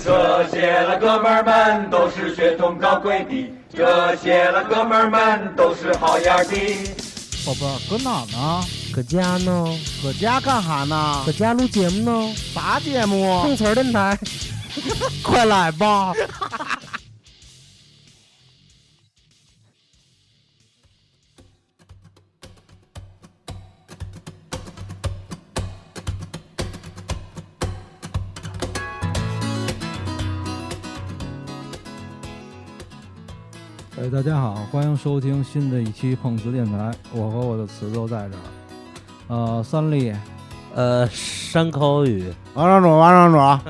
这些了哥们儿们都是血统高贵的，这些了哥们儿们都是好样的。 宝贝儿，搁哪呢？ 搁家呢？ 搁家干哈呢？ 搁家录节目呢？ 啥节目？ 碰瓷儿电台，快来吧！ 大家好，欢迎收听新的一期碰瓷电台，我和我的词都在这儿。三立， 山口语， 王上主，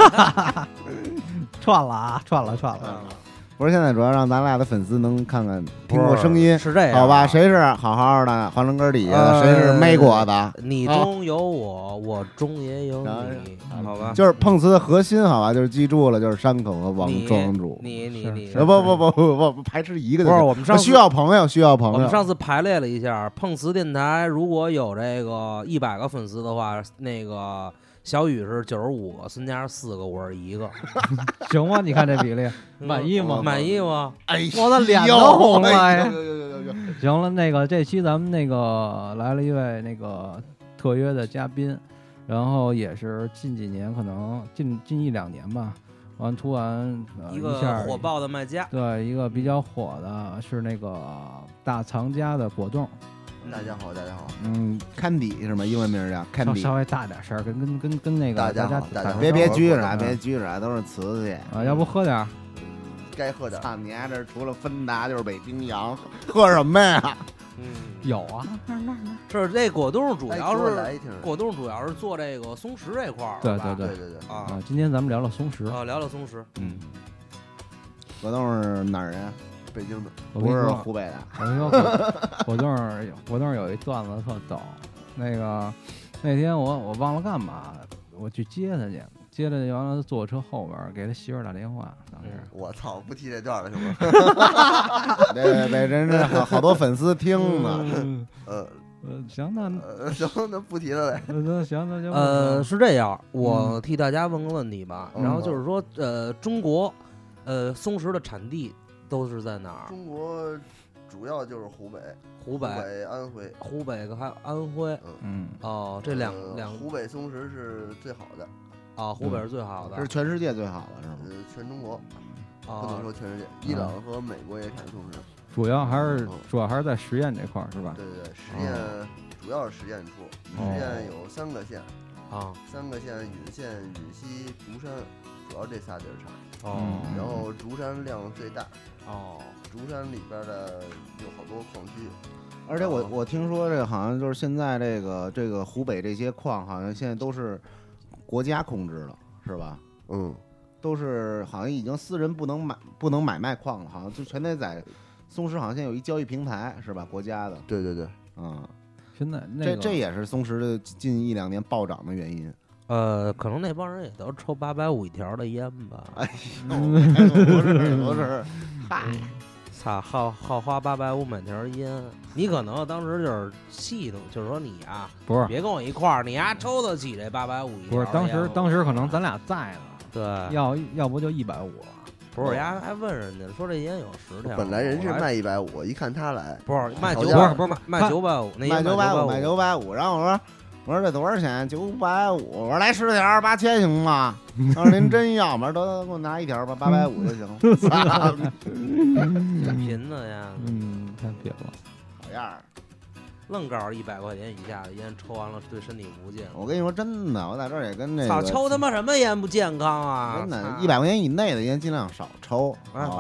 串了。 不是，现在主要让咱俩的粉丝能看看听过声音， 是这样， 好吧？谁是好好的黄城根底下的，谁是没过的？ 你中有我，我中也有你，好吧？ 就是碰瓷的核心，好吧？就是记住了，就是山口和王庄主。 你， 不排斥一个。 不是，我们上次需要朋友。 我们上次排列了一下，碰瓷电台如果有这个100个粉丝的话，那个小雨是95个，孙家是4个，我是1个， 行吗？你看这比例，满意吗？ 满意吗？ 哎， 我的脸都红了呀！ 有。 行了，那个这期咱们那个来了一位那个特约的嘉宾，然后也是近几年，可能近1-2年吧，突然一个火爆的卖家， 对，一个比较火的是那个大藏家的果冻。 大家好。Candy 是吗？英文名叫 Candy。 稍微大点声，跟那个大家别拘着，都是瓷器啊！要不喝点？ 该喝点。操，你丫这除了芬达就是北冰洋，喝什么呀？ 有啊， 是这果冻主要是做这个松石这块儿。 对啊！ 今天咱们聊聊松石啊，聊聊松石。 果冻是哪儿人？北京的，不是湖北的。 我跟你说，果冻有一段子特逗。那天我忘了干嘛，我去接他去，完了坐车后边给他媳妇打电话。当时我操，不提这段了是吗？ 对，人家好多粉丝听呢。 行， 那不提了呗。 行，那就是这样，我替大家问个问题吧。然后就是说，中国，松石的产地都是在哪儿？ 中国主要就是湖北、安徽。 湖北还有安徽。这两湖北松石是最好的。 湖北是最好的， 是全世界最好的是吗？ 全中国，不能说全世界，伊朗和美国也产松石。 主要还是在实验这块儿是吧？ 对，实验主要是实验处，实验有3个县，3个县：允县、允西、竹山，主要这仨地儿产。然后竹山量最大。竹山里边的有好多矿区。 而且我听说这好像就是现在这个湖北这些矿好像现在都是国家控制了，是吧？都是好像已经私人不能买卖矿了，好像就全得在松石，好像现在有一交易平台是吧？国家的。 对。 现在这也是松石的近1-2年暴涨的原因。 可能那帮人也都抽850一条的烟吧。 哎呦，不是，嗨， 操，好花850买条烟。你可能当时就是气的，就是说你啊， 不是别跟我一块儿，你呀抽得起这850一条。 不是，当时可能咱俩在呢。 对， 要不就150了。 不是，丫还问人家说这烟有10条。 本来人是卖150，一看他来， 不是卖900，不是卖950，那卖950。然后我说这多少钱？950。我说来10条8000行吗？他说您真要吗？得给我拿1条吧，850就行。 挺贫的呀。 太贫了， 好样儿。 愣告诉100块钱以下的烟抽完了对身体不健康。 我跟你说真的，我在这儿也跟那个操，抽他妈什么烟不健康啊？ 真的，100块钱以内的烟尽量少抽。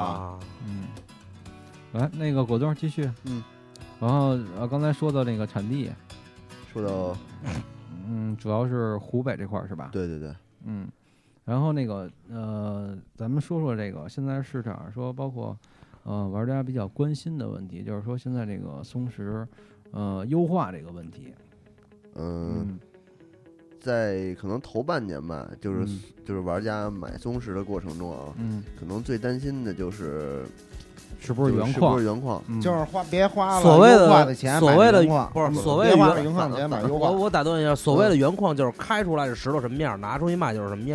来，那个果冻继续。然后刚才说到那个产地， 说到主要是湖北这块是吧？ 对。 然后那个咱们说说这个现在市场上说包括玩家比较关心的问题，就是说现在这个松石优化这个问题。 在可能头半年吧，就是玩家买松石的过程中啊，可能最担心的是不是原矿， 就是别花了所谓优化的钱， 所谓的不是所谓原矿的钱买优化。 我打断一下，所谓的原矿就是开出来是石头什么样，拿出去卖就是什么样。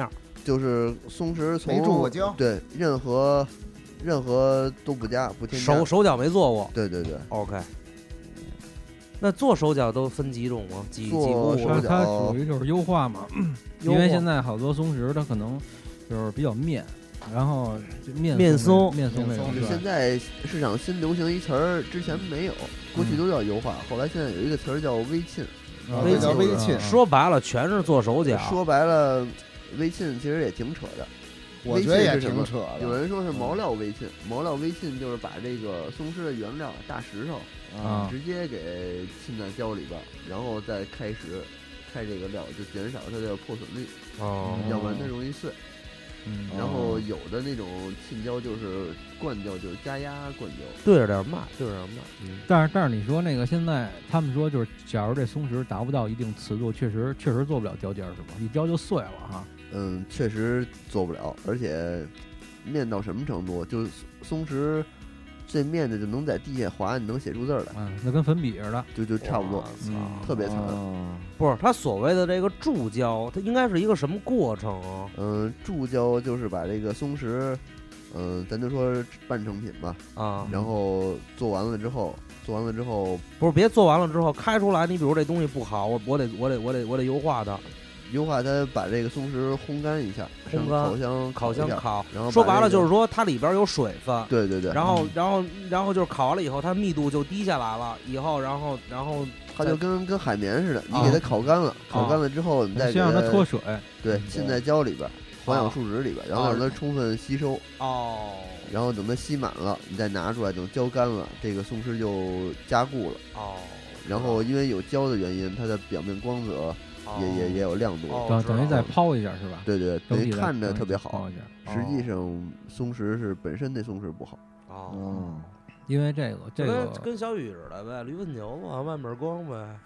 就是松石从没注过胶， 对，任何都不加，不添加。手脚没做过。 对对对 ，OK。那做手脚都分几种吗？几步？ 它属于就是优化嘛，因为现在好多松石它可能就是比较面，然后面松那种。 现在市场新流行一词儿，之前没有，过去都叫优化，后来现在有一个词儿叫微沁。 微沁， 说白了全是做手脚。 说白了，微沁其实也挺扯的。 我觉得也挺扯的。 有人说是毛料微沁，毛料微沁就是把这个松石的原料大石头直接给浸在胶里边，然后再开这个料，就减少它的破损率。要不然它容易碎。然后有的那种沁胶就是灌胶，就是加压灌胶， 对着点卖。 但是你说那个现在他们说就是，假如这松石达不到一定瓷度，确实做不了胶尖是吧？一胶就碎了哈。 确实做不了，而且面到什么程度，就是松石最面的就能在地下滑，你能写出字来。 那跟粉笔似的， 就差不多，特别惨。 不是，它所谓的这个注胶，它应该是一个什么过程啊？ 注胶就是把这个松石，咱就说半成品吧，然后做完了之后， 不是别做完了之后开出来，你比如这东西不好，我得优化它。 优化它，把这个松石烘干一下， 烘干烤箱烤， 然后说白了就是说它里边有水分， 对对对， 然后就是烤完了以后，它密度就低下来了，以后然后它就跟海绵似的，你给它烤干了，烤干了之后你再先让它脱水， 对，浸在胶里边，环氧树脂里边，然后让它充分吸收，然后等它吸满了，你再拿出来，等胶干了，这个松石就加固了，然后因为有胶的原因，它的表面光泽。也有亮度， 等于再抛一下是吧？ 对对，等于看着特别好，实际上松石是本身那松石不好。 因为这个跟小雨似的呗，驴粪球嘛，外面光呗。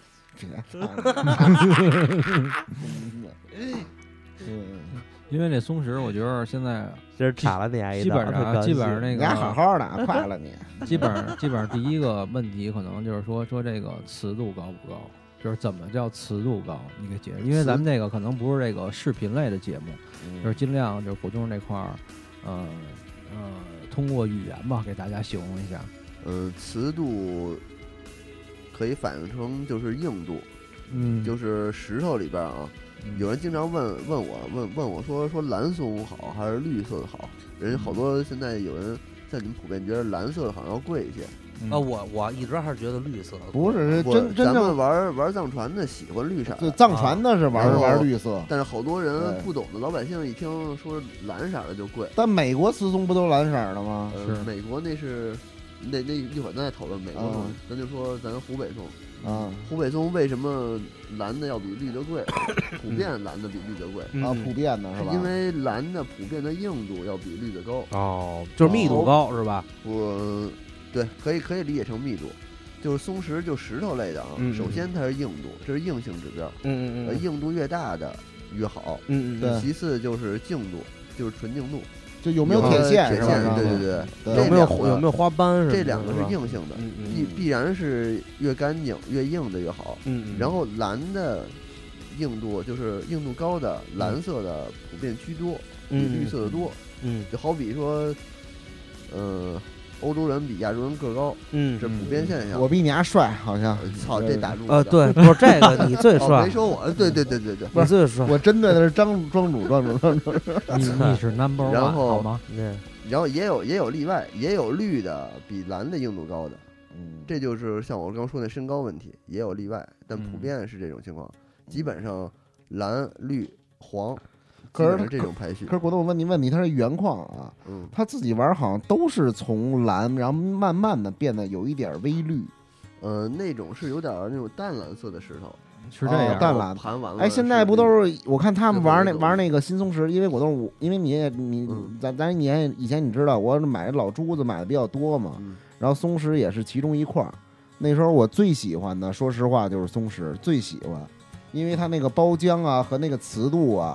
因为这松石，我觉得现在这插了你基本上那个你还好好的，快了你。 基本上第一个问题可能就是说这个瓷度高不高？就是怎么叫瓷度高？你给解释，因为咱们这个可能不是这个视频类的节目，就是尽量就是果冻这块儿，通过语言吧给大家形容一下。 瓷度可以反映成就是硬度，就是石头里边啊，有人经常问我说蓝松好还是绿色的好？人好多现在有人像你们普遍觉得蓝色的好像要贵一些。 我一直还是觉得绿色的不是真正玩藏传的喜欢绿色， 对，藏传的是玩绿色， 但是好多人不懂的老百姓一听说蓝色的就贵。 但美国瓷松不都是蓝色的吗？ 是美国那是那一会儿咱再讨论美国松，咱就说咱湖北松湖北松为什么蓝的要比绿的贵？普遍蓝的比绿的贵普遍的是吧？ 因为蓝的普遍的硬度要比绿的高就是密度高是吧？ 对，可以理解成密度，就是松石就石头类的首先它是硬度，这是硬性指标，硬度越大的越好， 对。 其次就是净度，就是纯净度， 就有没有铁线是吧？ 对对对， 有没有花斑？ 这两个是硬性的，必然是越干净越硬的越好。然后蓝的硬度就是硬度高的蓝色的普遍居多，比绿色的多。就好比说，欧洲人比亚洲人个高，这普遍现象。 我比你还帅，好像。 操，这打住！ 对，不是这个，你最帅。 没说我，对， 你最帅。 我针对的是庄主。 你是 number one， 好吗？ 然后也有例外，也有绿的比蓝的硬度高的，这就是像我刚说那身高问题，也有例外，但普遍是这种情况，基本上蓝、绿、黄。可是这种排序， 可是果冻，我问你，它是原矿啊，它自己玩好像都是从蓝，然后慢慢的变得有一点微绿， 那种是有点那种淡蓝色的石头， 是这样， 淡蓝盘完了。 哎，现在不都是我看他们玩那个新松石，因为果冻，因为你咱以前你知道我买老珠子买的比较多嘛，然后松石也是其中一块。那时候我最喜欢的，说实话就是松石最喜欢，因为它那个包浆啊和那个瓷度啊。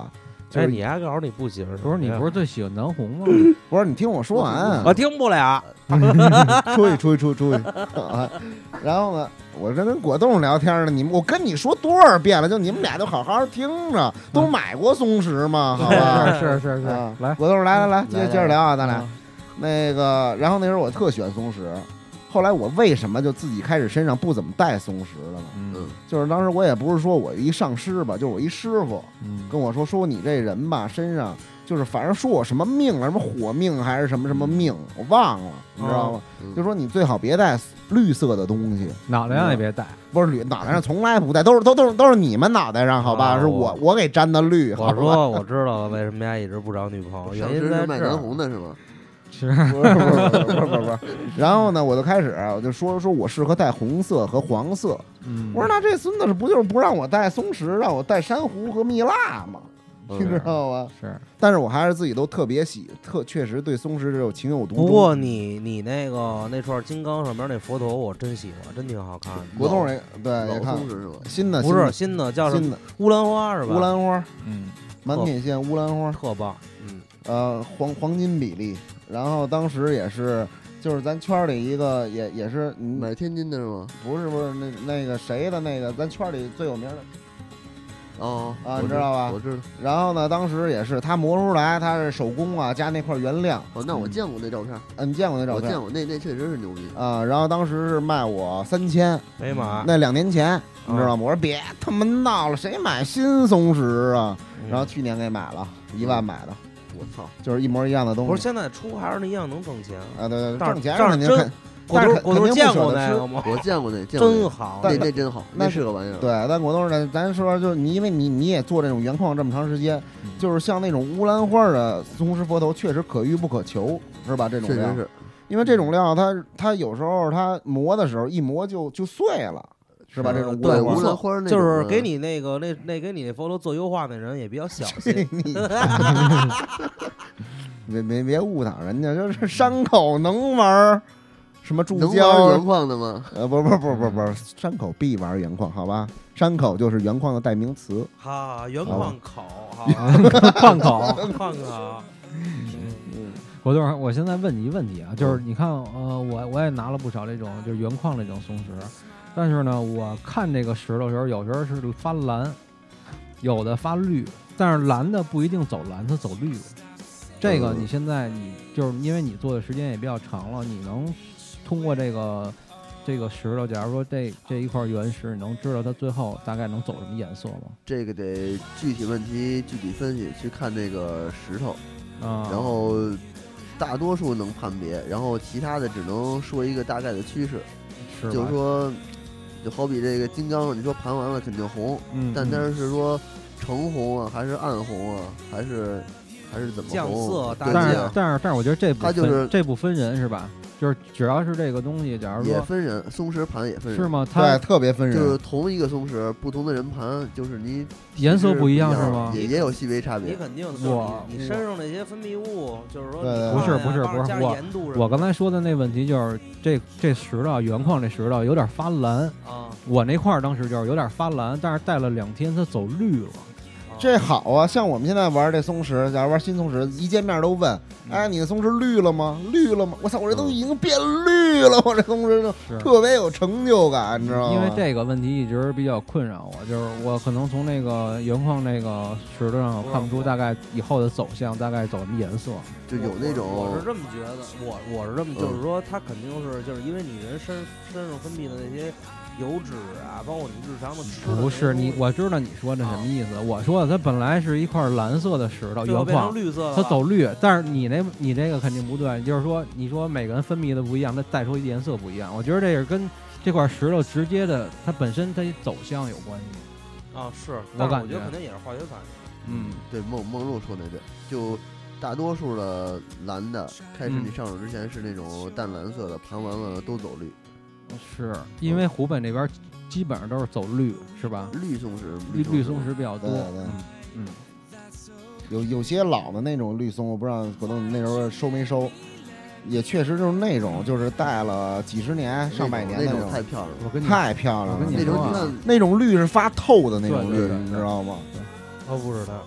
哎，你还告诉你不喜欢？ 不是你不是最喜欢南红吗？ 不是你听我说完， 我听不了。 出去啊！然后呢，我这跟果冻聊天呢，我跟你说多少遍了，就你们俩就好好听着，都买过松石吗？好吧， 是，来， 果冻来，接着聊啊，咱俩那个，然后那时候我特喜欢松石。后来我为什么就自己开始身上不怎么带松石了呢？就是当时我也不是说我一上师吧，就是我一师傅跟我说你这人吧，身上就是反正说我什么命啊，什么火命还是什么命，我忘了，你知道吗？就说你最好别带绿色的东西， 脑袋上也别带， 不是脑袋上从来不带，都是你们脑袋上，好吧？是我给沾的绿。 我说我知道了，为什么家一直不找女朋友，原因在卖南红的是吗？ 是， 不是。然后呢，我就开始我就说我适合带红色和黄色。我说那这孙子是不就是不让我带松石，让我带珊瑚和蜜蜡吗？你知道吗？ 是， 但是我还是自己都特别确实对松石有情有独钟。 不过你那串金刚上面那佛头我真喜欢，真挺好看的。 果冻也对，也看松石是吧？ 新的不是新的，叫什么？乌兰花是吧？ 乌兰花，满品线乌兰花特棒。 黄金比例。然后当时也是，就是咱圈里一个也是买天津的是吗？ 不是那个谁的那个咱圈里最有名的你知道吧？ 我知道。 然后呢，当时也是他磨出来，他是手工啊，加那块原料。 那我见过那照片。 你见过那照片？ 我见过，那确实是牛逼啊。然后当时是卖我3000， 没买。 那2年前，你知道吗？我说别他妈闹了，谁买新松石啊？然后去年给买了1万买的。 我操， 就是一模一样的东西。 不是现在出还是那样能挣钱啊？对，挣钱肯定真。 我都见过那个吗？ 我见过那， 真好， 那真好，那是个玩意儿。 对，但果冻呢，咱说就是因为你也做这种原矿这么长时间，就是像那种乌兰花的松石佛头，确实可遇不可求，是吧？这种料是， 因为这种料它有时候它磨的时候一磨就碎了。是吧？这种对乌兰花就是给你给你那佛头做优化那人也比较小心。 别误导人家，就是山口能玩什么注胶原矿的吗？ 不，山口必玩原矿，好吧？山口就是原矿的代名词。 哈，原矿口， 矿口。我现在问你一问题啊，就是你看，我也拿了不少这种就是原矿这种松石。但是呢，我看这个石头的时候，有时候是发蓝，有的发绿，但是蓝的不一定走蓝，它走绿了。这个你现在就是因为你做的时间也比较长了，你能通过这个石头，假如说这一块原石，你能知道它最后大概能走什么颜色吗？ 这个得具体问题具体分析，去看那个石头然后大多数能判别，然后其他的只能说一个大概的趋势，就是说。就好比这个金刚，你说盘完了肯定红，但是说橙红啊，还是暗红啊，还是怎么降色？ 但是我觉得这不分人是吧？就是只要是这个东西，假如说也分人，松石盘也分人是吗？ 对，特别分人。 就是同一个松石，不同的人盘，就是你颜色不一样是吗？ 也有细微差别。 你肯定你身上那些分泌物，就是说不是我刚才说的那问题就是这石头原矿这石头有点发蓝啊， 我那块当时就是有点发蓝，但是戴了2天它走绿了。 这好啊，像我们现在玩这松石，假如玩新松石，一见面都问，哎，你的松石绿了吗？绿了吗？我操，我这都已经变绿了，我这松石特别有成就感，你知道吗？ 因为这个问题一直比较困扰我，就是我可能从那个原矿那个石头上看不出大概以后的走向，大概走什么颜色， 就有那种。 我是这么觉得，我是这么，就是说，它肯定是就是因为你人身上分泌的那些。油脂啊，包括你日常的吃的。 不是我知道你说的什么意思。我说的它本来是一块蓝色的石头，原矿绿色， 它走绿，但是你这个肯定不对，就是说你说每个人分泌的不一样，它带出的颜色不一样。我觉得这是跟这块石头直接的它本身它走向有关系。 啊，是， 我感觉肯定也是化学反应。对，梦露说那对，就大多数的蓝的，开始你上手之前是那种淡蓝色的，盘完了都走绿。 是因为湖北那边基本上都是走绿，是吧？ 绿松石， 绿松石比较多。 有些老的那种绿松，我不知道果冻你那时候收没收，也确实就是那种，就是戴了几十年、上百年那种， 太漂亮了，太漂亮了。 那种绿是发透的那种绿，你知道吗？ 我不知道。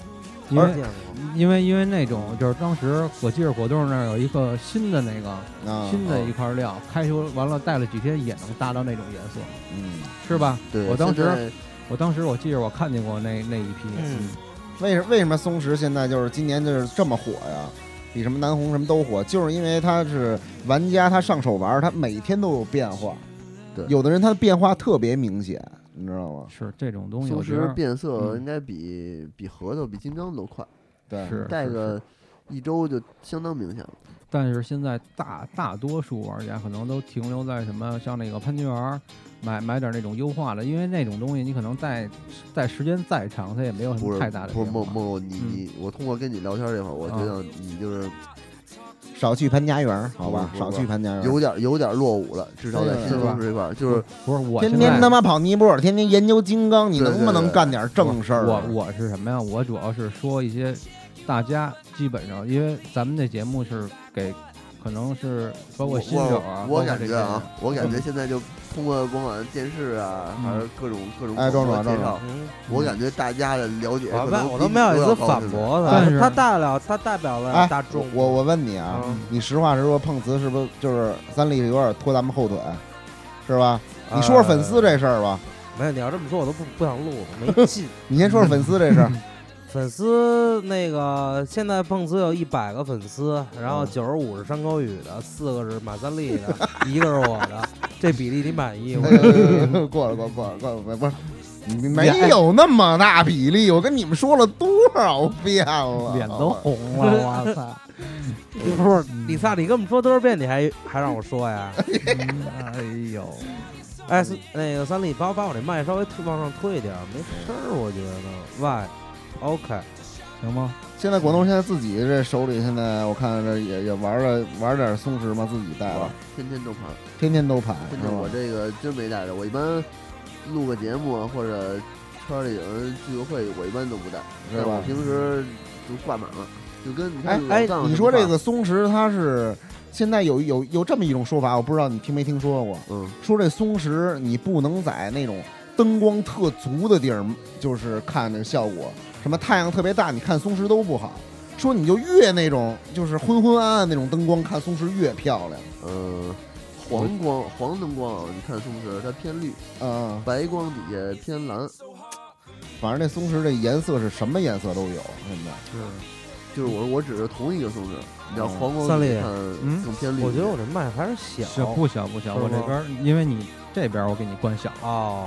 因为那种就是当时我记得果冻那儿有一个新的那个新的一块料，开出完了带了几天也能达到那种颜色，是吧？ 对， 我当时我记得我看见过那一批， 为什么松石现在就是今年就是这么火呀？比什么南红什么都火，就是因为它是玩家，他上手玩，他每天都有变化。 对， 有的人他的变化特别明显，你知道吗？ 是这种东西， 松石变色应该比核桃、比金刚都快。 对， 是带个1周就相当明显了。 但是现在大多数玩家可能都停留在什么像那个潘金园买点那种优化的，因为那种东西你可能在时间再长，它也没有什么太大的变化。 不是梦，我通过跟你聊天这会儿，我觉得你就是少去潘家园，好吧，少去潘家园， 有点落伍了，至少在新松石这块儿，就是不是我天天他妈跑尼泊尔，天天研究金刚，你能不能干点正事儿？ 我是什么呀？我主要是说一些大家基本上，因为咱们这节目是给。可能是包括新手啊， 我感觉现在就通过甭管电视啊，还是各种介绍，我感觉大家的了解， 我都没有意思反驳他， 但是他代表了大众。 我问你啊，你实话实说，碰瓷是不是就是三立有点拖咱们后腿，是吧？你说说粉丝这事儿吧。 没有，你要这么说，我都不想录了，没劲。 你先说说粉丝这事儿。 粉丝那个现在碰瓷有100个粉丝，然后95是山口宇的，4个是马三立的，1个是我的，这比例你满意吗？ 过了，不是，没有那么大比例，我跟你们说了多少遍了， 脸都红了，哇塞！ 不是李萨，你跟我们说多少遍，你还让我说呀？ 哎呦！ 哎，那个三立，把我这麦稍微往上推一点，没事儿，我觉得。OK， 行吗？ 现在果冻现在自己这手里，现在我看这也玩点松石嘛，自己带了， 天天都盘。我这个真没带着，我一般录个节目或者圈里有人聚个会，我一般都不带，是吧？我平时就挂满了，就跟你看。 你说这个松石它是现在有这么一种说法，我不知道你听没听说过？说这松石你不能在那种灯光特足的地儿，就是看这效果。什么太阳特别大，你看松石都不好。说你就越那种就是昏昏暗暗那种灯光，看松石越漂亮。 黄灯光你看松石它偏绿，白光底下偏蓝。 反正这松石这颜色是什么颜色都有，现在就是我只是同一个松石，你知道黄光三立更偏绿。 我觉得我这麦还是小， 不小，我这边因为你这边我给你关小哦，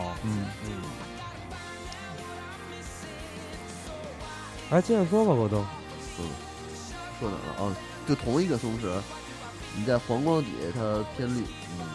来接着说吧，果冻。 说哪了啊？就同一个松石，你在黄光底下它偏绿。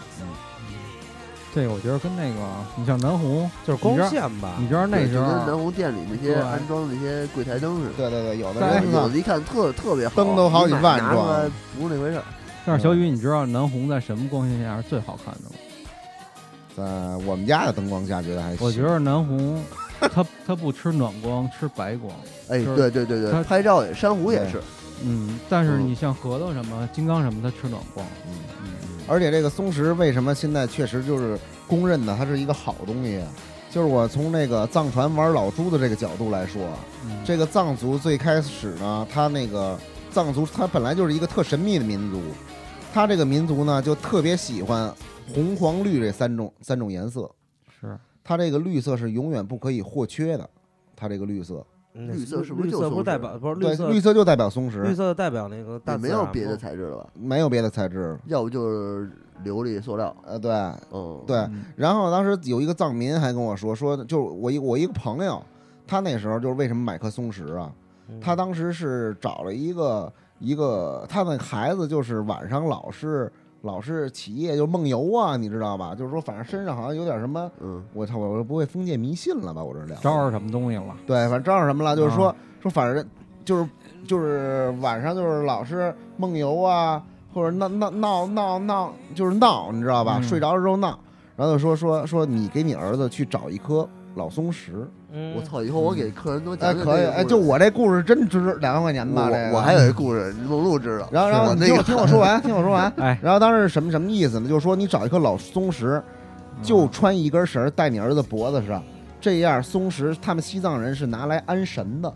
这个我觉得跟那个，你像南红就是光线吧？ 你知道那时候跟南红店里那些安装那些柜台灯似的。 对，有的一看特别好， 灯都好几万装，不是那回事。 但是小雨，你知道南红在什么光线下是最好看的吗？ 在我们家的灯光下觉得还行。 我觉得南红它不吃暖光，吃白光。 哎，对，它拍照也珊瑚也是。 但是你像核桃什么、金刚什么，它吃暖光。 而且这个松石为什么现在确实就是公认的，它是一个好东西。就是我从那个藏传玩老猪的这个角度来说，这个藏族最开始呢，他那个藏族他本来就是一个特神秘的民族，他这个民族呢就特别喜欢红、黄、绿这三种颜色。 是， 他这个绿色是永远不可以或缺的，他这个绿色。 绿色是不是就代表不是绿色？绿色就代表松石， 绿色代表那个大。 没有别的材质了吧？ 没有别的材质， 要不就是琉璃、塑料。 对，对。然后当时有一个藏民还跟我说，就是我一个朋友，他那时候就是为什么买颗松石啊？他当时是找了一个他的孩子，就是晚上老是起夜就梦游啊，你知道吧？就是说，反正身上好像有点什么，我操，我不会封建迷信了吧？我这聊招着什么东西了？ 对，反正招着什么了？就是说，反正就是晚上就是老是梦游啊，或者闹，就是闹，你知道吧？睡着了之后闹，然后就说你给你儿子去找一颗老松石。 我操！以后我给客人都讲可以，就我这故事真值2万块钱吧？ 我还有一故事，梦露知道。 然后你听我说完，哎，然后当时什么意思呢？就是说你找一颗老松石，就穿一根绳戴你儿子脖子上，这样松石他们西藏人是拿来安神的。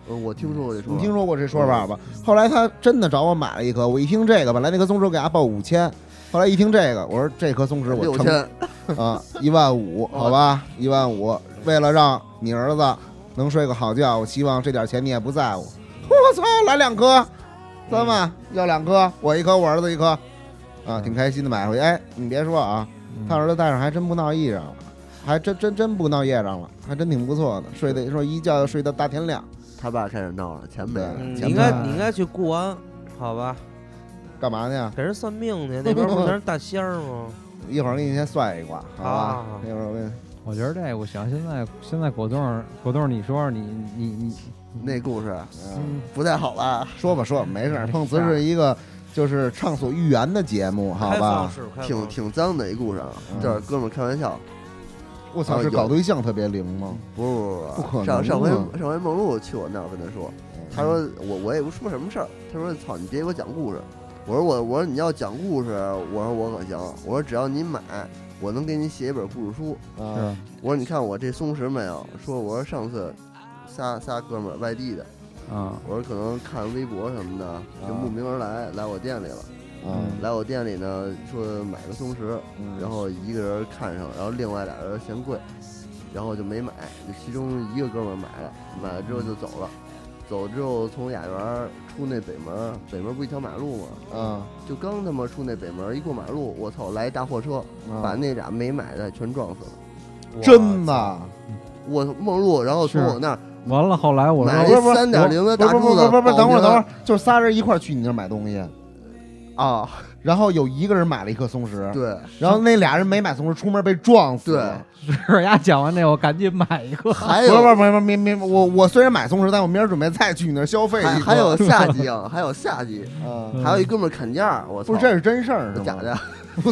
我听说过这说法， 你听说过这说法吧？后来他真的找我买了一颗，我一听这个，本来那颗松狮给他报5000，后来一听这个，我说这颗松狮我 6000 啊，15000，好吧，15000，为了让你儿子能睡个好觉，我希望这点钱你也不在乎。我操，来2颗，3万要2颗，我1颗，我儿子1颗，啊，挺开心的买回去。哎，你别说啊，他儿子戴上还真不闹异常了，还真不闹业障了，还真挺不错的，睡的说一觉就睡到大天亮。 他爸开始闹了，钱没了， 你应该去固安，好吧？ 干嘛去？ 给人算命去，那边不全是大仙儿吗？ 一会儿给你先算一卦，好吧？一会儿我觉得这我想现在果冻，你说你那故事，不太好吧？ 说吧，没事。碰瓷是一个就是畅所欲言的节目，好吧？ 挺脏的一故事啊，这哥们开玩笑。 我操，是搞对象特别灵吗？ 不可能。 上回梦露去我那儿跟他说，他说我也不说什么事儿，他说操你别给我讲故事。我说你要讲故事，我说我可行，我说只要你买，我能给你写一本故事书。 是， 我说你看我这松弛没有？我说上次仨哥们儿外地的，我说可能看微博什么的，就慕名而来我店里了。来我店里呢，说买个松弛，然后一个人看上，然后另外俩人嫌贵，然后就没买，就其中一个哥们儿买了之后就走了，走之后从雅园出那北门不一条马路吗？就刚他妈出那北门，一过马路，我操，来一大货车，把那俩没买的全撞死了。 真的， 我梦露，然后从我那儿完了，后来我买了3.0的大柱子， 不，等会儿，就是仨人一块儿去你那儿买东西。啊，然后有一个人买了一颗松狮， 对， 然后那俩人没买松狮，出门被撞死了。 对，是呀，讲完这我赶紧买一个。 还有不，我虽然买松狮，但我明儿准备再去你那儿消费一个。 还有夏季啊，还有夏季，还有一哥们儿砍价，我操， 不是这是真事儿， 假的？ 我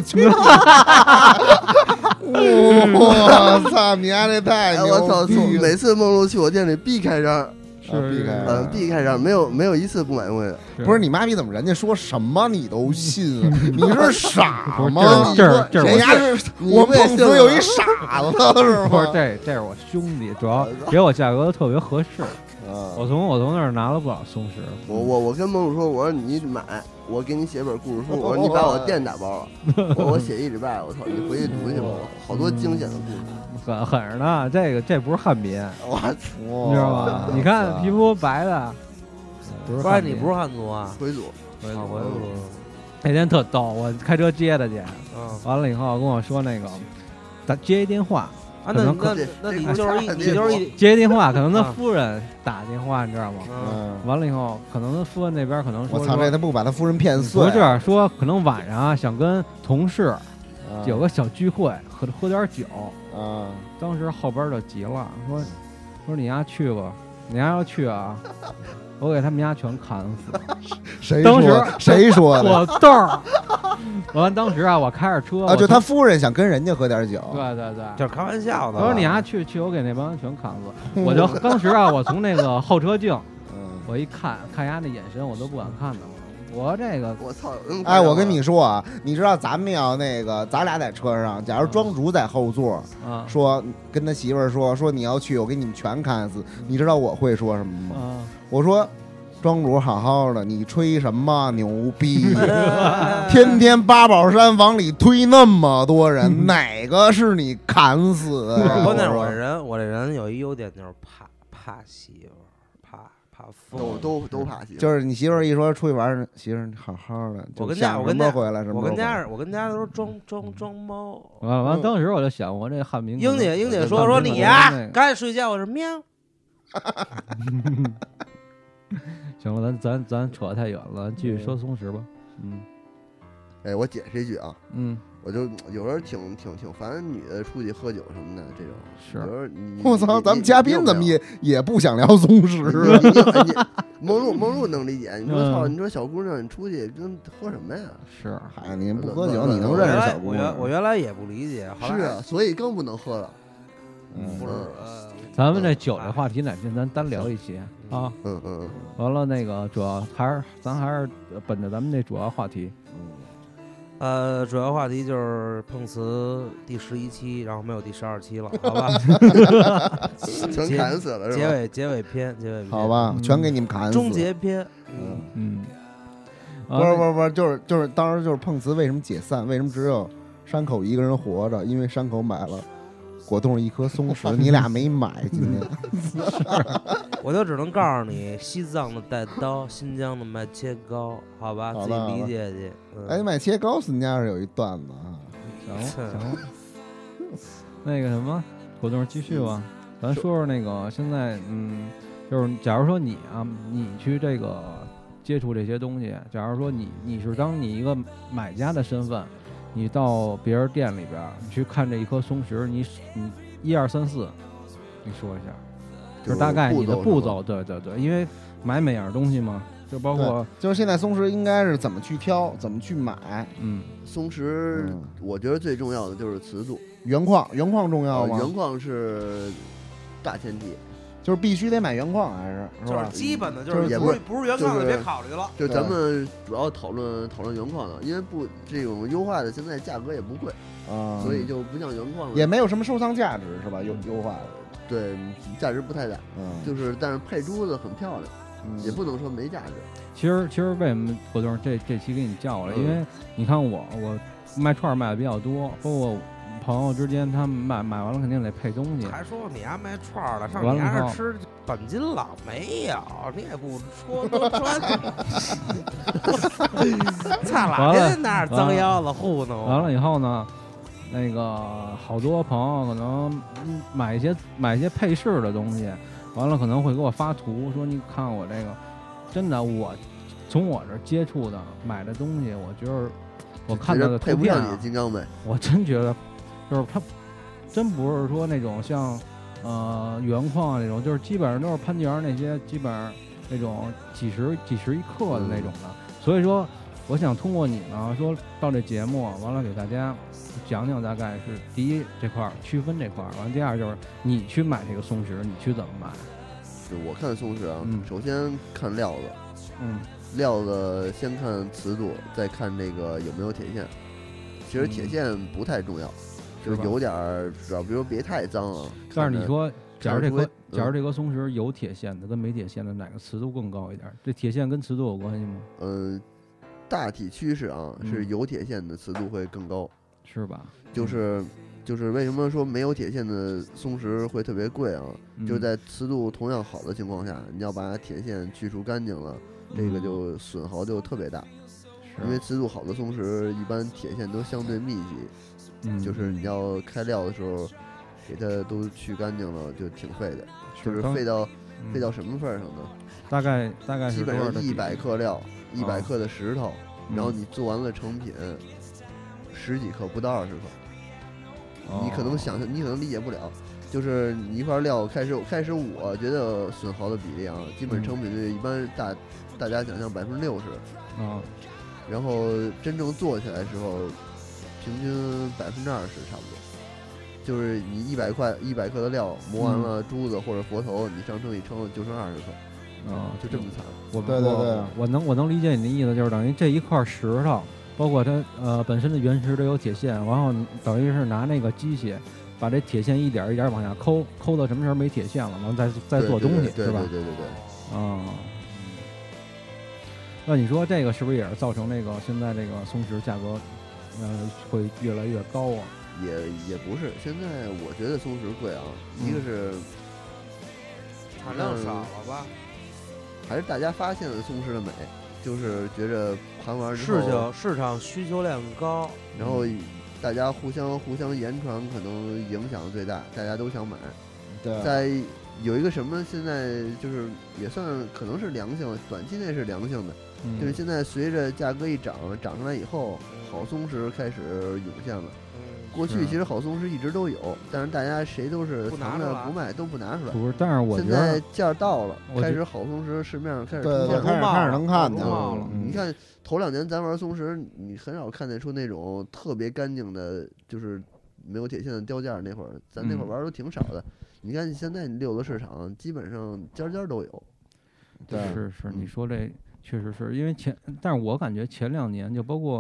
操，你丫这太牛逼了！ 我操，每次梦露去我店里必开张。 必开张，没有一次不买东西的。 不是你妈逼，怎么人家说什么你都信？你是傻吗？ 这人家是我碰瓷有一傻子是吗？ 不是，这是我兄弟，主要给我价格特别合适。我从那儿拿了不少松狮。 我跟梦露说，我说你买，我给你写本故事书。我说你把我店打包了，我写1礼拜，我操，你回去读去吧，好多惊险的故事。 狠着呢，这不是汉民， 我操， 你知道吗？你看皮肤白的， 不是你不是汉族啊？ 回族。 那天特逗，我开车接他去，完了以后跟我说那个，咱接一电话。 那你就是接电话，可能他夫人打电话，你知道吗？完了以后，可能他夫人那边可能说， 我操，这他不把他夫人骗碎？ 不是说可能晚上想跟同事有个小聚会，喝点酒。当时后边就急了，说你丫去吧，你丫要去啊，我给他们家全砍死。当时谁说的？ 我豆儿。完，当时啊，我开着车就他夫人想跟人家喝点酒， 对， 就是开玩笑的。 我说你丫去，我给那帮人全砍死。我就当时啊，我从那个后车镜，我一看丫那眼神，我都不敢看他了。我这个， 我操！ 哎，我跟你说啊，你知道咱们要那个，咱俩在车上，假如庄主在后座，说跟他媳妇儿说你要去，我给你们全砍死。你知道我会说什么吗？我说。庄主好好的，你吹什么牛逼？天天八宝山往里推那么多人，哪个是你砍死的？ 关键我这人有一优点就是怕媳妇儿，怕父都怕媳妇儿。 就是你媳妇儿一说出去玩，媳妇儿好好的， 我跟家回来什么？ 我跟家都装猫。 完，当时我就想，我这汉民英姐说你呀，赶紧睡觉，我说喵。 行了，咱扯太远了，继续说松弛吧。 哎，我解释一句啊，我就有时候挺烦女的出去喝酒什么的这种。 是， 我操，咱们嘉宾怎么也不想聊松弛？ 梦露能理解。你说操，你说小姑娘你出去跟喝什么呀？ 是， 嗨，你不喝酒你能认识小姑娘？ 我原来也不理解， 是啊，所以更不能喝了。 不是， 咱们这酒这话题哪天咱单聊一期啊？ 完了那个主要还是咱还是本着咱们那主要话题。 主要话题就是碰瓷第11期，然后没有第12期了，好吧？ 全砍死了是吧？ 结尾篇， 好吧，全给你们砍死。 终结篇， 不是，就是当时就是碰瓷为什么解散？为什么只有山口一个人活着？因为山口买了果冻一颗松石，你俩没买。今天我就只能告诉你，西藏的带刀，新疆的卖切糕，好吧，自己理解去。 哎，卖切糕人家是有一段子啊。 行，那个什么，果冻继续吧。咱说说那个现在，就是假如说你去这个接触这些东西，假如说你是当你一个买家的身份，你到别人店里边，你去看这一颗松石，你1、2、3、4，你说一下，就是大概你的步骤，对，因为买每样东西嘛，就包括就是现在松石应该是怎么去挑，怎么去买。 松石我觉得最重要的就是瓷度， 原矿重要吗？ 原矿是大前提。 就是必须得买原矿，还是就是基本的，就是也不是原矿的别考虑了。 就咱们主要讨论原矿的，因为这种优化的现在价格也不贵啊，所以就不像原矿也没有什么收藏价值是吧？优化的， 对，价值不太大，就是但是配珠子很漂亮，也不能说没价值。 其实为什么果冻这期给你叫过来？因为你看我卖串卖的比较多，包括朋友之间，他们买完了肯定得配东西。 还说你家卖串了，上你家吃本金了没有？你也不说多穿。操老天那儿脏腰子糊弄。 完了以后呢，那个好多朋友可能买一些配饰的东西，完了可能会给我发图，说你看我这个，真的我从我这接触的买的东西，我觉得我看到的图片配不上你的金刚呗， 我真觉得。就是它，真不是说那种像，原矿啊那种，就是基本上都是潘家那些，基本上那种几十一克的那种的。所以说，我想通过你呢，说到这节目，完了给大家讲讲大概是第一这块区分这块，完了第二就是你去买这个松石，你去怎么买？ 我看松石啊，首先看料子，料子先看瓷度，再看那个有没有铁线。其实铁线不太重要。就有点儿，比如别太脏啊。 但是你说，假如这颗松石有铁线的跟没铁线的，哪个瓷度更高一点？这铁线跟瓷度有关系吗？ 大体趋势啊，是有铁线的瓷度会更高， 是吧？ 就是为什么说没有铁线的松石会特别贵啊？就是在瓷度同样好的情况下，你要把铁线去除干净了，这个就损耗就特别大。因为瓷度好的松石，一般铁线都相对密集。就是你要开料的时候，给它都去干净了，就挺费的。就是费到什么份上呢？ 大概基本上100克料，100克的石头，然后你做完了成品，10几克不到20克。你可能理解不了，就是你一块料开始我觉得损耗的比例啊，基本成品率一般大家想象60%然后真正做起来的时候。平均20%差不多，就是你100克的料磨完了珠子或者佛头，你上秤一称就剩20克，就这么惨。 对， 我能理解你的意思，就是等于这一块石头，包括它本身的原石都有铁线，然后等于是拿那个机器把这铁线一点一点往下抠到什么时候没铁线了，然后再做东西，是吧？ 对。 那你说这个是不是也是造成那个现在这个松石价格？会越来越高啊？ 也不是，现在我觉得松石贵啊，一个是产量少了吧， 还是大家发现了松石的美，就是觉着盘完之后市场需求量高， 然后大家互相言传，可能影响最大，大家都想买。 对， 在有一个什么，现在就是也算可能是良性，短期内是良性的，就是现在随着价格一涨上来以后。好松石开始涌现了，过去其实好松石一直都有，但是大家谁都是藏着不卖，都不拿出来。 不是，但是我现在价到了，开始好松石市面上开始出现， 开始能看见了。你看头2年咱玩松石，你很少看得出那种特别干净的，就是没有铁线的雕件。那会儿咱那会儿玩都挺少的。你看现在你溜达市场，基本上家都有。 对，是，你说这确实是因为但是我感觉前2年就包括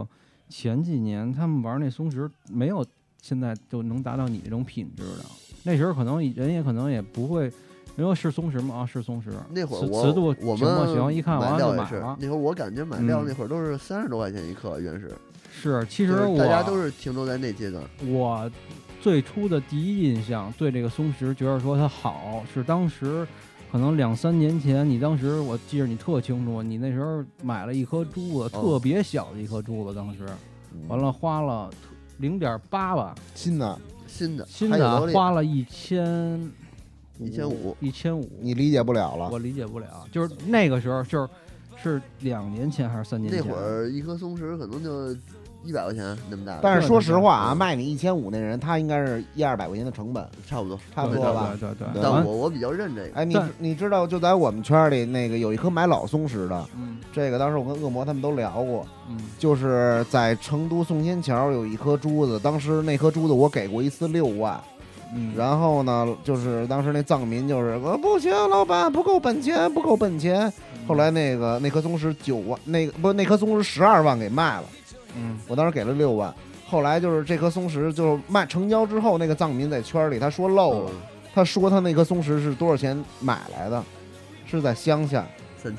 前几年他们玩那松石没有现在就能达到你这种品质的。那时候可能人也可能也不会，因为是松石吗？啊，是松石。 那会儿磁度我们行，一看完了就买了。 那会儿我感觉买料那会儿都是30多块钱一克，原始。 是，其实大家都是停留在那阶段。 我最初的第一印象对这个松石觉得说它好，是当时可能2、3年前，你当时我记得你特清楚，你那时候买了一颗珠子，特别小的一颗珠子，当时完了花了0.8吧， 新的花了1500， 你理解不了了， 我理解不了，就是那个时候是2年前还是3年前？ 那会儿一颗松石可能就100块钱那么大。 但是说实话啊，卖你1500那人，他应该是100-200块钱的成本， 差不多吧？ 对。 但我比较认这个。 哎，你知道，就在我们圈里那个有一颗买老松石的，这个当时我跟恶魔他们都聊过，就是在成都宋仙桥有一颗珠子，当时那颗珠子我给过一次6万。然后呢，就是当时那藏民就是不行，老板不够本钱。后来那颗松石9万，那颗松石12万给卖了。我当时给了6万。后来就是这颗松石就是卖成交之后，那个藏民在圈里他说漏了，他说他那颗松石是多少钱买来的，是在乡下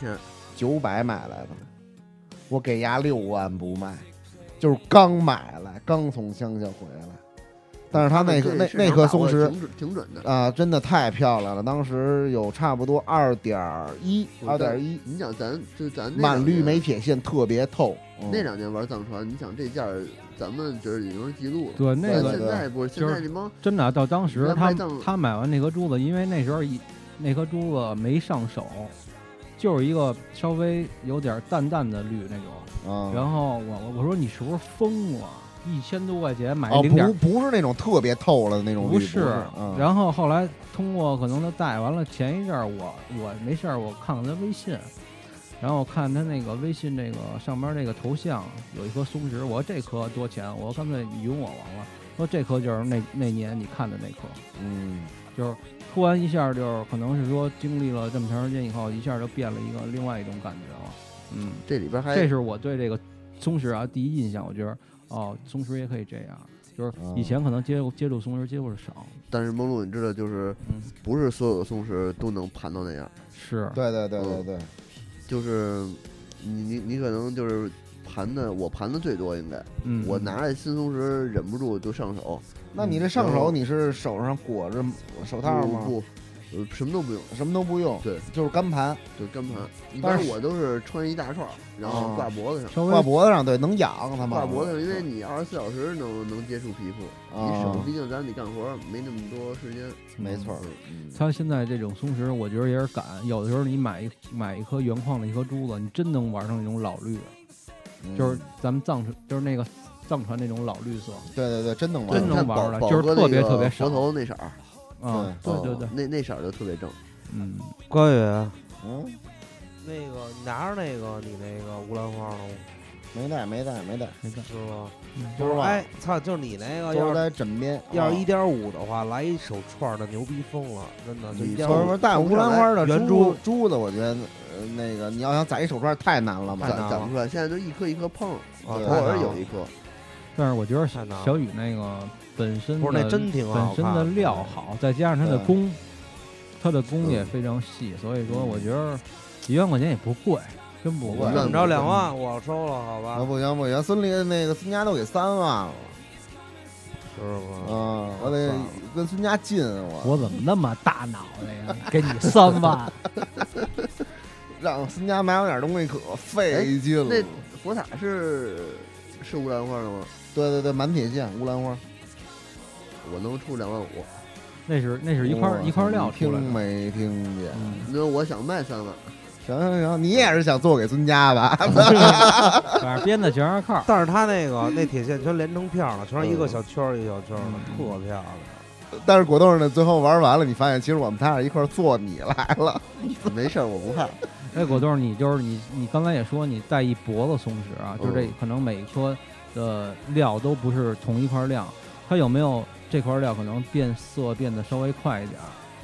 3900买来的，我给牙6万不卖，就是刚买来，刚从乡下回来。但是他那颗松石挺准的啊，真的太漂亮了。当时有差不多2.1， 你想咱满绿没铁线特别透。 那2年玩藏传，你想这价咱们觉得已经是记录了。 对，那个现在不是现在这帮真的到当时他买完那颗珠子，因为那时候那颗珠子没上手，就是一个稍微有点淡的绿那种。然后我说你是不是疯了？1000多块钱买不是那种特别透了的那种绿， 不是。然后后来通过可能他带完了，前一阵我没事我看看他微信，然后看他那个微信那个上边那个头像有一颗松石，我说这颗多钱？我说干脆你用我完了。说这颗就是那年你看的那颗，就是突然一下就是可能是说经历了这么长时间以后，一下就变了另外一种感觉了。 这里边这是我对这个松石第一印象，我觉得。松石也可以这样，就是以前可能接触松石接触的少， 但是梦露你知道，就是不是所有的松石都能盘到那样。 是， 对， 就是你可能就是我盘的最多应该，我拿着新松石忍不住就上手。 那你这上手你是手上裹着手套吗？ 不。什么都不用，对， 就是干盘， 一般我都是穿一大串，然后挂脖子上，对，能痒他们。 挂脖子上，因为你24小时能接触皮肤，你手毕竟你干活没那么多时间。 没错， 他现在这种松石，我觉得也是赶，有的时候你买一颗原矿的一颗珠子，你真能玩上那种老绿，就是咱们就是那个藏传那种老绿色。 对，真能玩的，就是特别少。 佛头那色儿。 对， 那色儿就特别正。 关宇，那个你拿着那个你那个乌兰花了吗？ 没带， 是吗？ 就是哎，操，就是你那个要是在枕边， 要是1.5的话，来一手串的牛逼疯了，真的。就 1.5带乌兰花的圆珠子，我觉得那个你要想攒一手串太难了嘛， 攒不出来。现在都一颗一颗碰，偶尔有一颗。 但是我觉得小雨那个本身不是那真挺好， 本身的料好，再加上它的工也非常细，所以说我觉得1万块钱也不贵，真不贵。 怎么着2万我收了，好吧？ 不行，孙家都给3万了， 是吗？ 我得跟孙家近。 我怎么那么大脑袋呀？给你3万， 让孙家买我点东西可费劲了。 那佛塔是乌兰花的吗？ 对，满铁线乌兰花， 我能出2万5。 那是一块料出来的。 听没听见？ 那我想卖3万。 行，你也是想做给孙家吧？ 反正编的全是靠。 但是他那铁线全连成片了，全是一个小圈一个小圈的，特漂亮。 但是果冻呢，最后玩完了，你发现其实我们仨一块做你来了。 没事，我不怕。 哎，果冻，你刚才也说你带一脖子松石啊，就这可能每一颗的料都不是同一块料，它有没有这块料可能变色变得稍微快一点？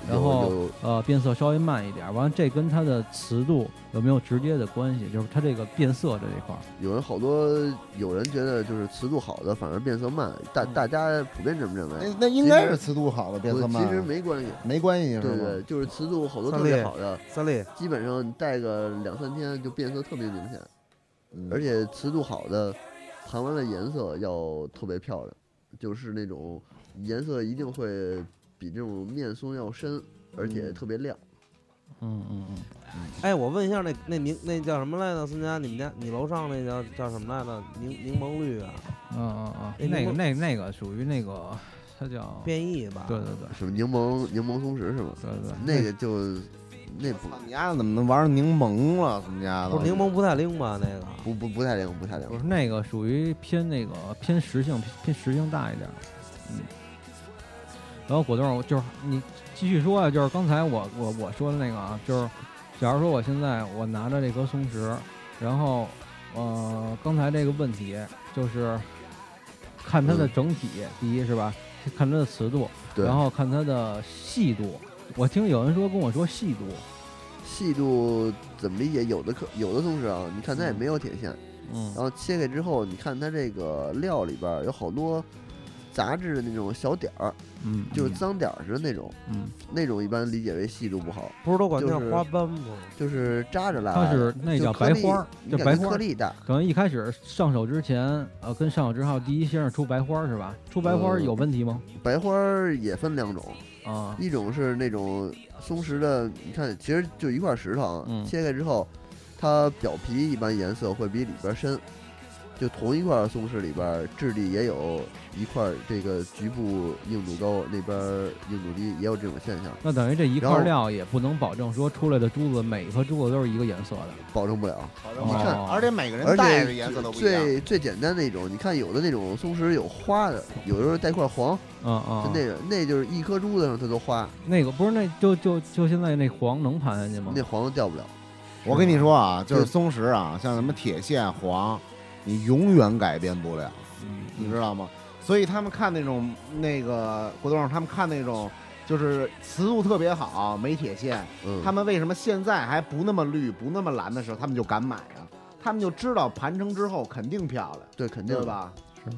然后变色稍微慢一点。完了，这跟它的磁度有没有直接的关系？就是它这个变色的这块儿， 有人觉得就是磁度好的反而变色慢，大家普遍这么认为。 那应该是磁度好的变色慢， 其实没关系， 没关系， 对对，就是磁度好多特别好的三粒， 基本上你戴个2-3天就变色特别明显，而且磁度好的盘完了颜色要特别漂亮，就是那种颜色一定会比这种面松要深，而且特别亮。 哎，我问一下，那叫什么来着？孙家，你楼上那叫什么来着？柠檬绿啊？ 那个属于那个，它叫变异吧？ 对， 什么柠檬松石是吗？ 对， 那个就那不， 你家怎么能玩上柠檬了？咱们家不是柠檬不太灵吧？那个不太灵，不太灵。 不是那个属于偏实性大一点。然后果冻就是你继续说啊，就是刚才我说的那个啊，就是假如说我现在我拿着这颗松石，然后刚才这个问题就是看它的整体，第一是吧？看它的磁度，然后看它的细度。我听有人跟我说细度怎么理解？有的松石啊，你看它也没有铁线，然后切开之后，你看它这个料里边有好多杂质的那种小点儿，就是脏点儿似的那种，那种一般理解为细度不好。 不是都管叫花斑吗？ 就是扎着来， 它是那叫白花， 就白花颗粒大。 等于一开始上手之前，跟上手之后，第一先是出白花是吧？出白花有问题吗？ 白花也分2种啊， 一种是那种松石的，你看其实就一块石头，切开之后，它表皮一般颜色会比里边深。就同一块松石里边，质地也有一块这个局部硬度高，那边硬度低，也有这种现象。 那等于这一块料也不能保证说出来的珠子每一颗珠子都是一个颜色的， 保证不了。 你看，而且每个人戴的颜色都不一样。 最简单那种，你看有的那种松石有花的，有的时候带块黄，那就是一颗珠子上它都花。 那个不是那就现在那黄能盘下去吗？ 那黄掉不了。 我跟你说啊，就是松石啊，像什么铁线黄。你永远改变不了，你知道吗？所以他们看那个果冻，他们看那种就是磁度特别好，没铁线，他们为什么现在还不那么绿、不那么蓝的时候，他们就敢买啊？他们就知道盘成之后肯定漂亮， 对，肯定对吧？ 是。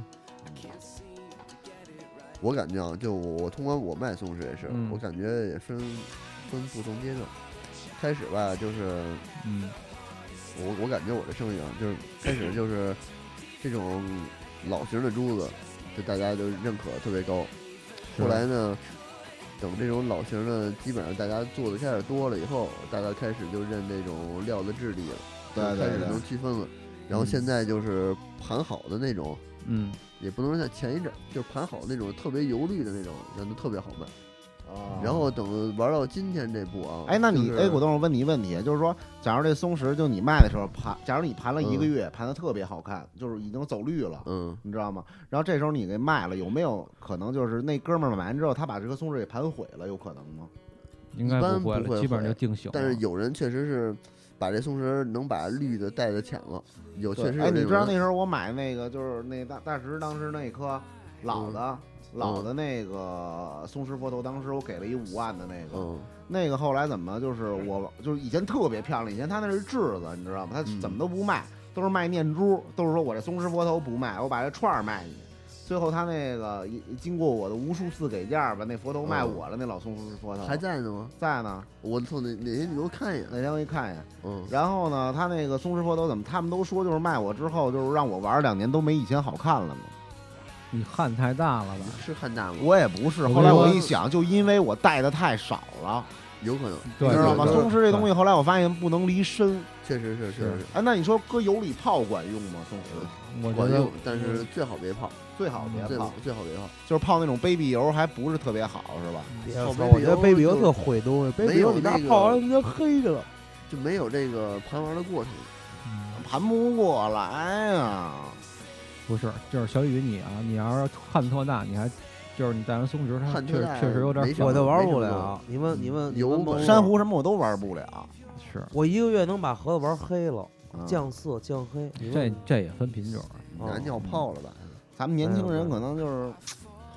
我感觉啊，就我通过我卖松石也是，我感觉也分不同阶段。开始吧，就是我感觉我的生意啊，就是开始就是这种老型的珠子，就大家就认可特别高。后来呢，等这种老型的基本上大家做的开始多了以后，大家开始就认这种料的质地了， 对， 开始能区分了。然后现在就是盘好的那种，也不能像前一阵就是盘好那种特别油绿的那种，那都特别好卖。然后等玩到今天这步啊， 那你果冻，我问你一问题，就是说，假如这松石就你卖的时候假如你盘了1个月，盘的特别好看，就是已经走绿了，你知道吗？然后这时候你给卖了，有没有可能就是那哥们儿买完之后，他把这颗松石给盘毁了，有可能吗？ 应该不会了，基本上就定型。 但是有人确实是把这松石能把绿的带的浅了，确实。 你知道那时候我买那个就是那大石当时那颗老的那个松石佛头，当时我给了1-5万的那个后来怎么就是以前特别漂亮，以前他那是质子，你知道吗？他怎么都不卖，都是卖念珠，都是说我这松石佛头不卖，我把这串儿卖你。最后他那个经过我的无数次给价吧，那佛头卖我了，那老松石佛头还在呢吗？ 在呢。 我哪天你给我看一眼， 哪天我给你看一眼。然后呢，他那个松石佛头怎么他们都说就是卖我之后就是让我玩2年都没以前好看了呢？ 你汗太大了吧？ 是汗大吗？ 我也不是。后来我一想，就因为我戴的太少了， 有可能， 你知道吗？松石这东西后来我发现不能离身， 确实是。 那你说搁油里泡管用吗？松石我觉得， 但是最好别泡， 最好别泡， 就是泡那种 baby 油还不是特别好，是吧？ 我觉得 baby 油特毁东西，baby 油你拿泡完人家黑着了， 就没有这个盘玩的过程， 盘不过来呀。 不是，就是小雨你要是汗特大，你还就是你戴完松石，它确实有点， 我就玩不了。你问珊瑚什么我都玩不了， 是我1个月能把盒子玩黑了，降色降黑。 这也分品种， 拿尿泡了吧？ 咱们年轻人可能就是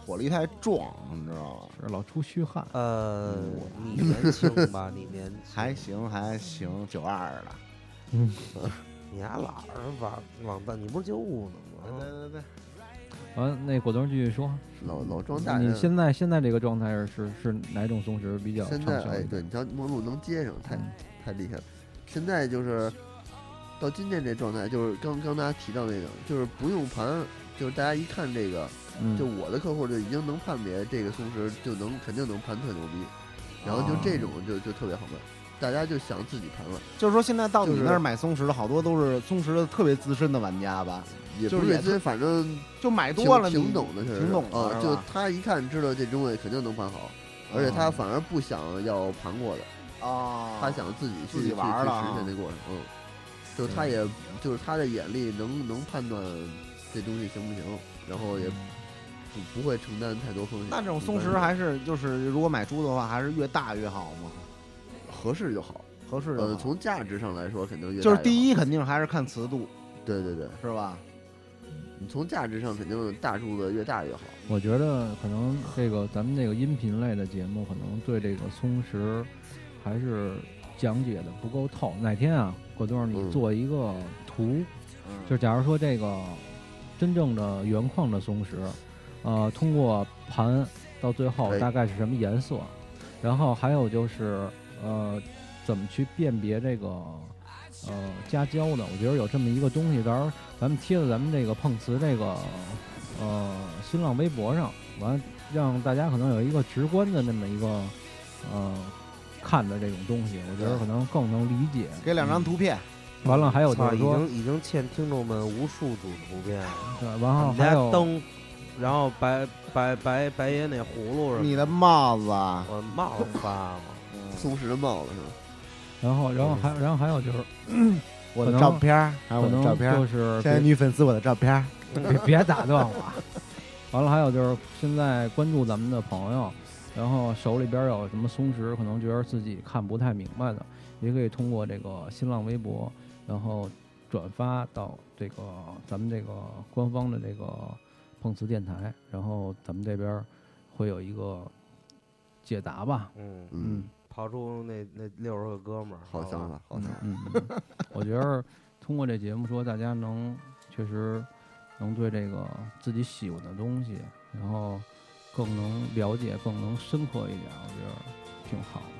火力太壮，你知道吗？ 是老出虚汗。 你年轻吧？你年轻还行，92的。 你还老是往大，你不是95呢吗？ 对。 那果冻继续说， 老庄大人。 你现在这个状态是哪种松弛比较畅销？ 现在对，你瞧末路能接上，太厉害了。现在就是到今天这状态，就是刚大家提到那个，就是不用盘，就是大家一看这个，就我的客户就已经能判别这个松弛，肯定能盘特牛逼，然后就这种就特别好卖。大家就想自己盘了， 就是说现在到你那儿买松弛的好多都是松弛的特别资深的玩家吧， 也不是资深，反正就买多了， 挺懂的， 挺懂的， 就他一看知道这东西肯定能盘好，而且他反而不想要盘过的他想自己去玩了， 实现这过程，就他也就是他的眼力能判断这东西行不行，然后也不会承担太多风险。 那这种松弛还是就是如果买猪的话，还是越大越好吗？ 合适就好，从价值上来说，肯定越大就是第一肯定还是看瓷度， 对， 是吧？ 你从价值上肯定大柱子越大越好。 我觉得可能咱们这个音频类的节目，可能对这个松弛还是讲解的不够透。哪天啊，果冻你做一个图，就假如说这个真正的原矿的松弛，通过盘到最后大概是什么颜色，然后还有就是怎么去辨别这个加胶的？我觉得有这么一个东西，到时候咱们贴在咱们这个碰瓷这个新浪微博上，完让大家可能有一个直观的那么一个看的这种东西，我觉得可能更能理解。 给2张图片， 完了还有就是说已经欠听众们无数组图片， 对，然后还有灯。然后白爷那葫芦是你的帽子， 我帽子发吗？ 松弛的帽子是吧？ 然后还有就是我的照片，还有我的照片， 就是现在女粉丝我的照片， 别打断我。完了还有就是现在关注咱们的朋友，然后手里边有什么松弛，可能觉得自己看不太明白的，也可以通过这个新浪微博，然后转发到这个咱们这个官方的这个碰瓷电台，然后咱们这边会有一个解答吧。 跑出那60个哥们儿， 好想法，好想法。我觉得通过这节目说，大家确实能对这个自己喜欢的东西，然后更能了解，更能深刻一点，我觉得挺好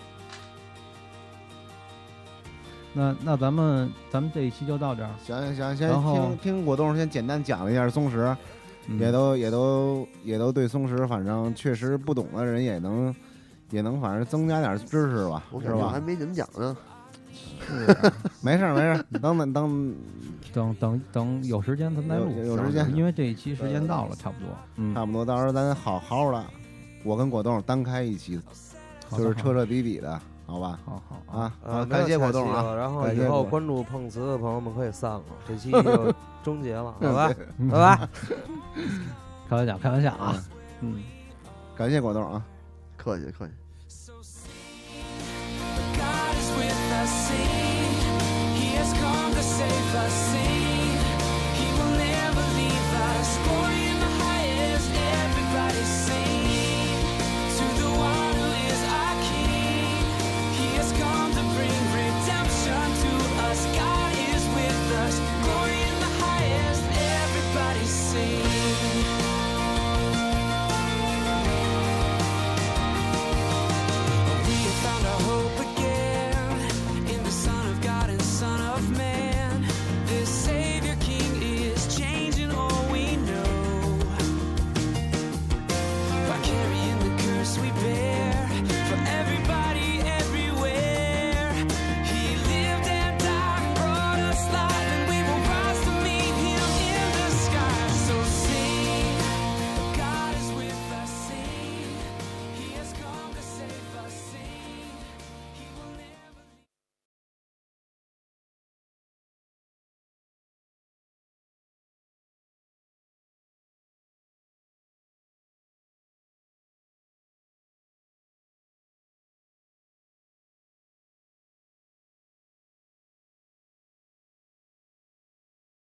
的。那咱们这一期就到这儿。 行，先听果冻先简单讲了一下松弛。也都对松弛，反正确实不懂的人也能反正增加点知识吧， 是吧？还没怎么讲呢。 是，没事， 等有时间咱再录， 有时间， 因为这一期时间到了，差不多， 差不多，到时候咱好好的，我跟果冻单开一期，就是彻底的，好吧？ 好感谢果冻啊！ 然后以后关注碰瓷的朋友们可以散了，这期就终结了，好吧？拜拜。 开玩笑啊！ 感谢果冻啊！ 客气。 God is with us, he has come to save us.